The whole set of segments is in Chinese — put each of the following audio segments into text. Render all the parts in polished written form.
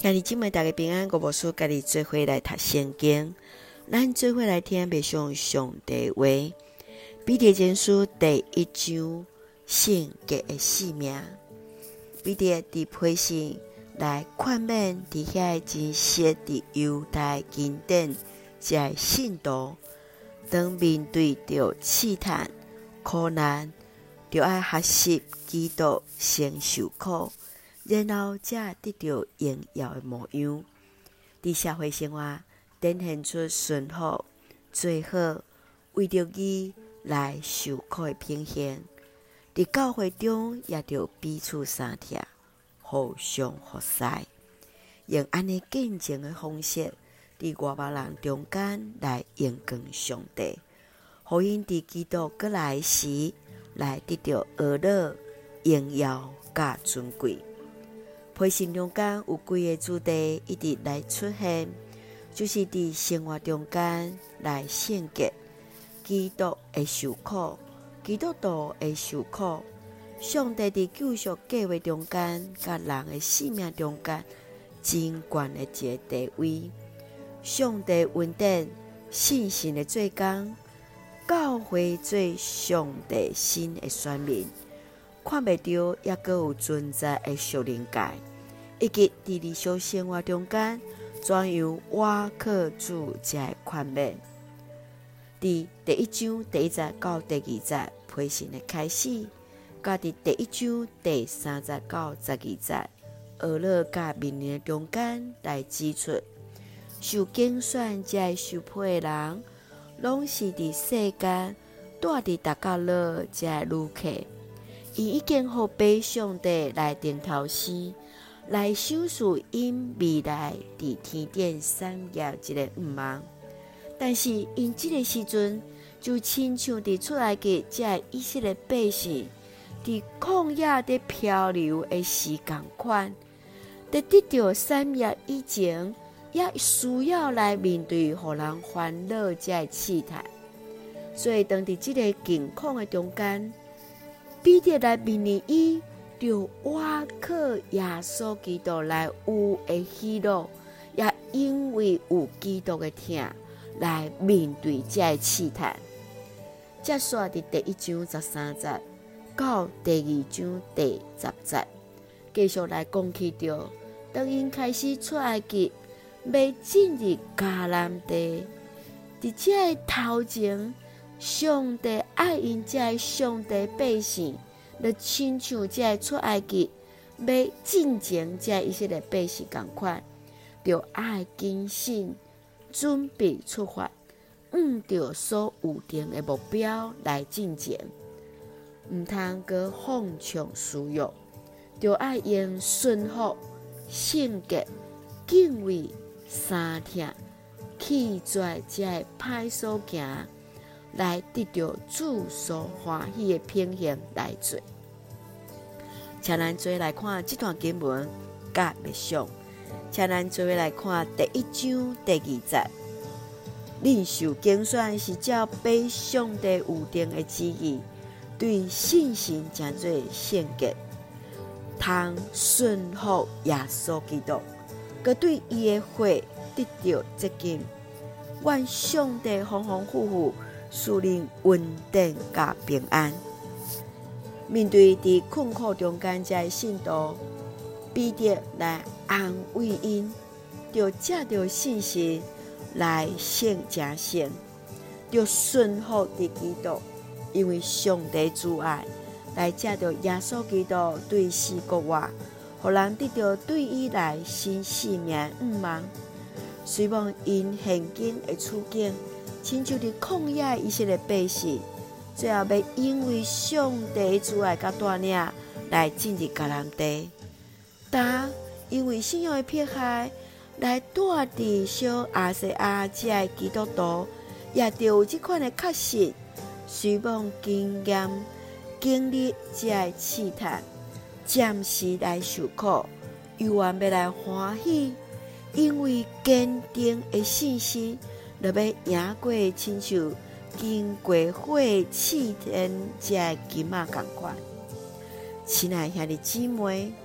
兄弟姊妹大家平安，我无事家己做伙来读圣经，咱做伙来听默想上帝话。彼得前书第1章，圣洁的使命。彼得伫批信来劝勉伫遐真实伫犹太经典这些信徒，当面对着试探、苦难，就要学习基督先受苦，然后才得到荣耀的模样。伫社会生活展现出顺服、做好，为着伊来受苦的品行。伫教会中也着彼此相贴，互相服侍，用安尼见证的方式，伫外邦人中间来荣光上帝，互因伫基督过来时，来得到乐乐、荣耀甲尊贵。批信中间有几个主题一直来出现，就是伫生活中间来圣洁，基督会受苦，基督徒会受苦，上帝伫救赎计划中间，甲人的性命中间真悬的一个地位。上帝恩典、信心的做工，教会做上帝新的选民。看袂到也阁有存在的属灵界，以及伫日常生活中间怎样瓦靠主这个劝勉。伫第1章第1节到第2节批信的开始，甲伫第1章第3节到12节恶乐甲命令的中间来指出，受拣选这个受配的人，拢是伫世间住伫大家乐这个旅客。伊已经互被上帝来定头诗，来守护因未来伫天顶产业一个愿望。但是因这个时阵，就亲像伫出埃及这以色列百姓伫旷野伫漂流的时共款，在得到产业以前，也需要来面对互人烦恼这个试探。所以当伫这个境况的中间，彼得来命令伊，就倚靠耶稣基督来有的喜乐，也因为有基督的疼，来面对这个试探。接续伫第1章13节到第2章第10节，继续来讲起着，当因开始出埃及，要进入迦南地，伫这个头前，上帝爱因这个上帝百姓，就亲像这个出埃及要进前这个以色列百姓同款，就爱谨慎准备出发，按照所有定的目标来进前，毋通阁放纵私欲，就爱用顺服、圣洁、敬畏、三听、弃绝这个歹所行，来得到主所欢喜的品行来做。请咱做来看这段经文甲默想，请咱做来看第1章第2节。领受拣选是照被上帝有定的旨意，对信心诚做圣洁，通顺服耶稣基督，佮对伊的话得到接近。愿上帝丰丰富富赐人稳定甲平安。面对伫困苦中间这信徒，彼得来安慰因，就借着信心来胜正胜，就顺服伫基督，因为上帝主爱，来借着耶稣基督对世国话，互人得到对伊来新生命愿望。虽望因现今的处境，亲像伫旷野以色列百姓，最后要因为上帝主爱甲带领来进入迦南地，但因为信仰的迫害，来住伫小亚细亚这个基督徒，也着有这款的确实，虽望经历这个试探，暂时来受苦，又愿要来欢喜，因为坚定的信心，就要赢过亲像经过火试炼这个金仔同款。亲爱兄弟姊妹，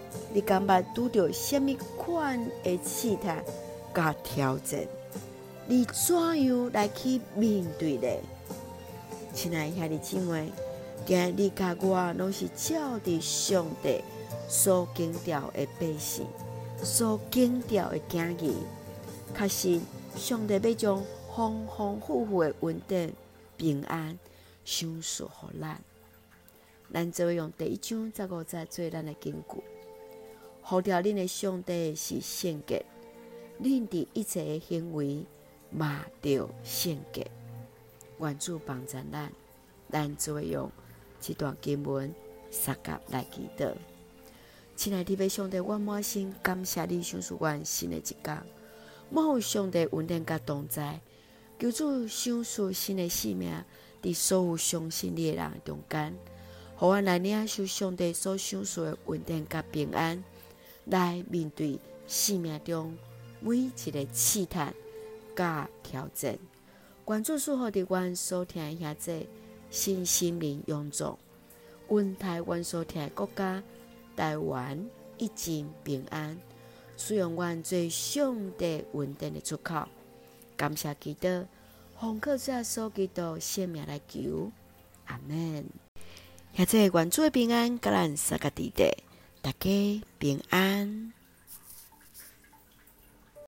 你感觉拄到什么款的试探甲挑战？你怎样来去面对呢？亲爱的兄弟姊妹，今日你甲我拢是照着上帝所经调的百姓，所经调的囝儿，确实上帝要将丰丰富富的稳定、平安赏赐予咱。咱就用第1章15节做咱的根据。呼召恁的上帝是圣洁，恁伫一切的行为嘛着圣洁。愿主帮助咱就会用这段经文三甲来祈祷。亲爱的弟兄上帝，我满心感谢你赏赐阮新的一天，望上帝稳定甲同在，求主赏赐新的生命，伫所有相信你的人中间，互阮来领受上帝所赏赐的稳定甲平安，来面对生命中每一个试探甲挑战。愿主赐福伫阮所听的兄弟新心灵永驻，阮台湾所听的国家台湾一尽平安，使用阮做上帝稳定的出口。感谢祈祷，奉靠主耶稣基督圣名来求，阿门。现在愿主的平安，甲咱三个弟弟，大家平安。